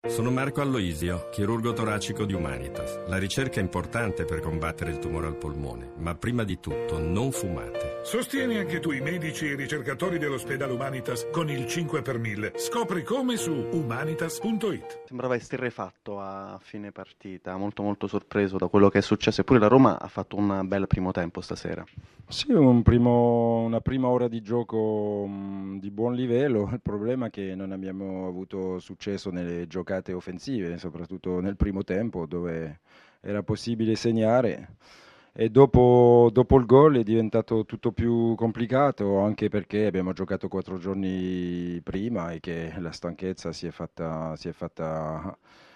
Sono Marco Alloisio, chirurgo toracico di Humanitas. La ricerca è importante per combattere il tumore al polmone, ma prima di tutto non fumate. Sostieni anche tu i medici e i ricercatori dell'ospedale Humanitas con il 5 per 1000. Scopri come su humanitas.it. Sembrava esterrefatto a fine partita, molto molto sorpreso da quello che è successo, eppure la Roma ha fatto un bel primo tempo stasera. Sì, una prima ora di gioco di buon livello. Il problema è che non abbiamo avuto successo nelle giocate offensive, soprattutto nel primo tempo dove era possibile segnare. E dopo il gol è diventato tutto più complicato, anche perché abbiamo giocato 4 giorni prima e che la stanchezza si è fatta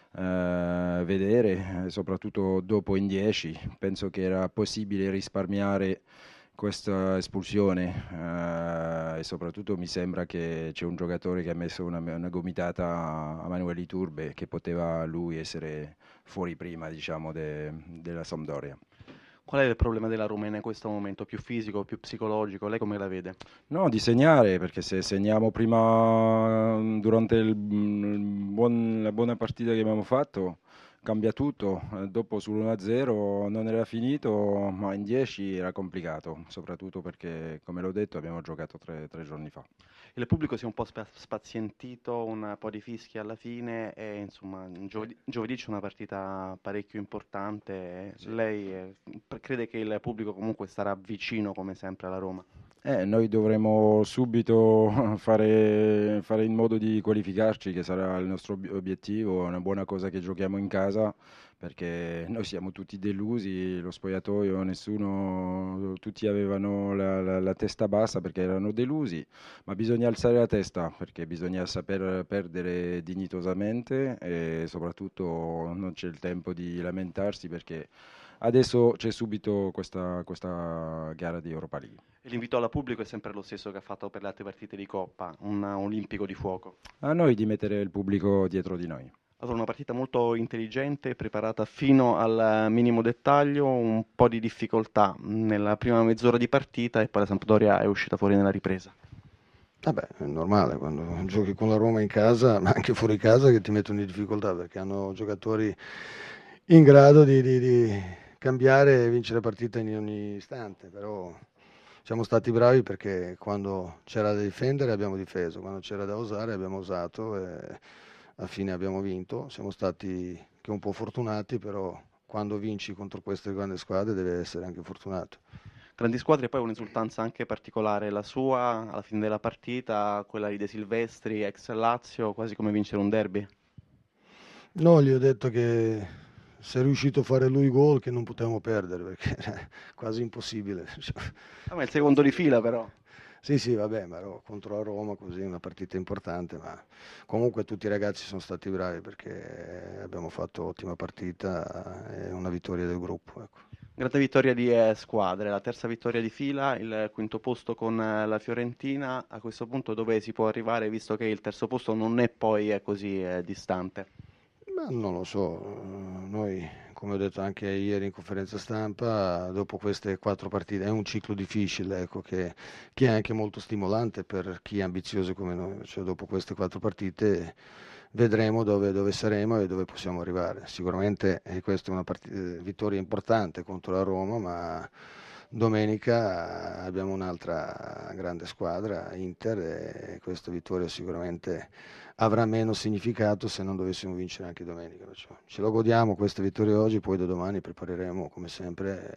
vedere, soprattutto dopo in 10. Penso che era possibile risparmiare questa espulsione e soprattutto mi sembra che c'è un giocatore che ha messo una gomitata a Manuel Iturbe che poteva lui essere fuori prima, diciamo, della Sampdoria. Qual è il problema della Roma in questo momento? Più fisico, più psicologico? Lei come la vede? No, di segnare, perché se segniamo prima durante la buona partita che abbiamo fatto, cambia tutto. Dopo sull'1-0 non era finito, ma in 10 era complicato, soprattutto perché, come l'ho detto, abbiamo giocato tre giorni fa. Il pubblico si è un po' spazientito, un po' di fischi alla fine e insomma giovedì c'è una partita parecchio importante. Sì. Lei crede che il pubblico comunque starà vicino come sempre alla Roma? Noi dovremo subito fare in modo di qualificarci, che sarà il nostro obiettivo. È una buona cosa che giochiamo in casa, perché noi siamo tutti delusi, lo spogliatoio, tutti avevano la testa bassa perché erano delusi, ma bisogna alzare la testa perché bisogna saper perdere dignitosamente e soprattutto non c'è il tempo di lamentarsi perché adesso c'è subito questa gara di Europa League. E l'invito al pubblico è sempre lo stesso che ha fatto per le altre partite di Coppa, un olimpico di fuoco. A noi di mettere il pubblico dietro di noi. Allora, una partita molto intelligente, preparata fino al minimo dettaglio, un po' di difficoltà nella prima mezz'ora di partita e poi la Sampdoria è uscita fuori nella ripresa. Vabbè, è normale quando giochi con la Roma in casa, ma anche fuori casa, che ti mettono in difficoltà perché hanno giocatori in grado di cambiare e vincere partita in ogni istante, però siamo stati bravi perché quando c'era da difendere abbiamo difeso, quando c'era da osare abbiamo osato e alla fine abbiamo vinto. Siamo stati anche un po' fortunati, però quando vinci contro queste grandi squadre deve essere anche fortunato. Grandi squadre e poi un'esultanza anche particolare, la sua alla fine della partita, quella di De Silvestri, ex Lazio, quasi come vincere un derby. No, gli ho detto che se è riuscito a fare lui gol che non potevamo perdere perché era quasi impossibile. Ma è il secondo di fila però. Sì, vabbè, ma contro la Roma così una partita importante, ma comunque tutti i ragazzi sono stati bravi perché abbiamo fatto ottima partita e una vittoria del gruppo, ecco. Grande vittoria di squadre, la terza vittoria di fila, il quinto posto con la Fiorentina. A questo punto dove si può arrivare, visto che il terzo posto non è poi così distante? Ma non lo so, noi come ho detto anche ieri in conferenza stampa, dopo queste 4 partite è un ciclo difficile, ecco, che è anche molto stimolante per chi è ambizioso come noi, cioè dopo queste 4 partite vedremo dove saremo e dove possiamo arrivare. Sicuramente questa è una vittoria importante contro la Roma, ma domenica abbiamo un'altra grande squadra, Inter, e questa vittoria sicuramente avrà meno significato se non dovessimo vincere anche domenica. Perciò ce lo godiamo questa vittoria oggi, poi da domani prepareremo come sempre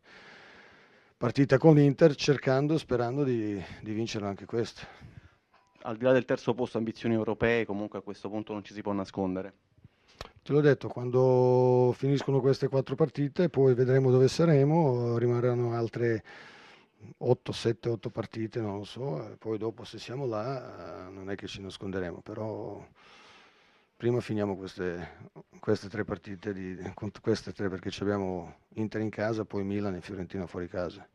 partita con l'Inter, sperando di vincere anche questa. Al di là del terzo posto, ambizioni europee, comunque a questo punto non ci si può nascondere. Te l'ho detto, quando finiscono queste 4 partite, poi vedremo dove saremo, rimarranno altre 8, 7, 8 partite, non lo so, e poi dopo se siamo là non è che ci nasconderemo, però prima finiamo queste 3 partite, queste 3 perché abbiamo Inter in casa, poi Milan e Fiorentina fuori casa.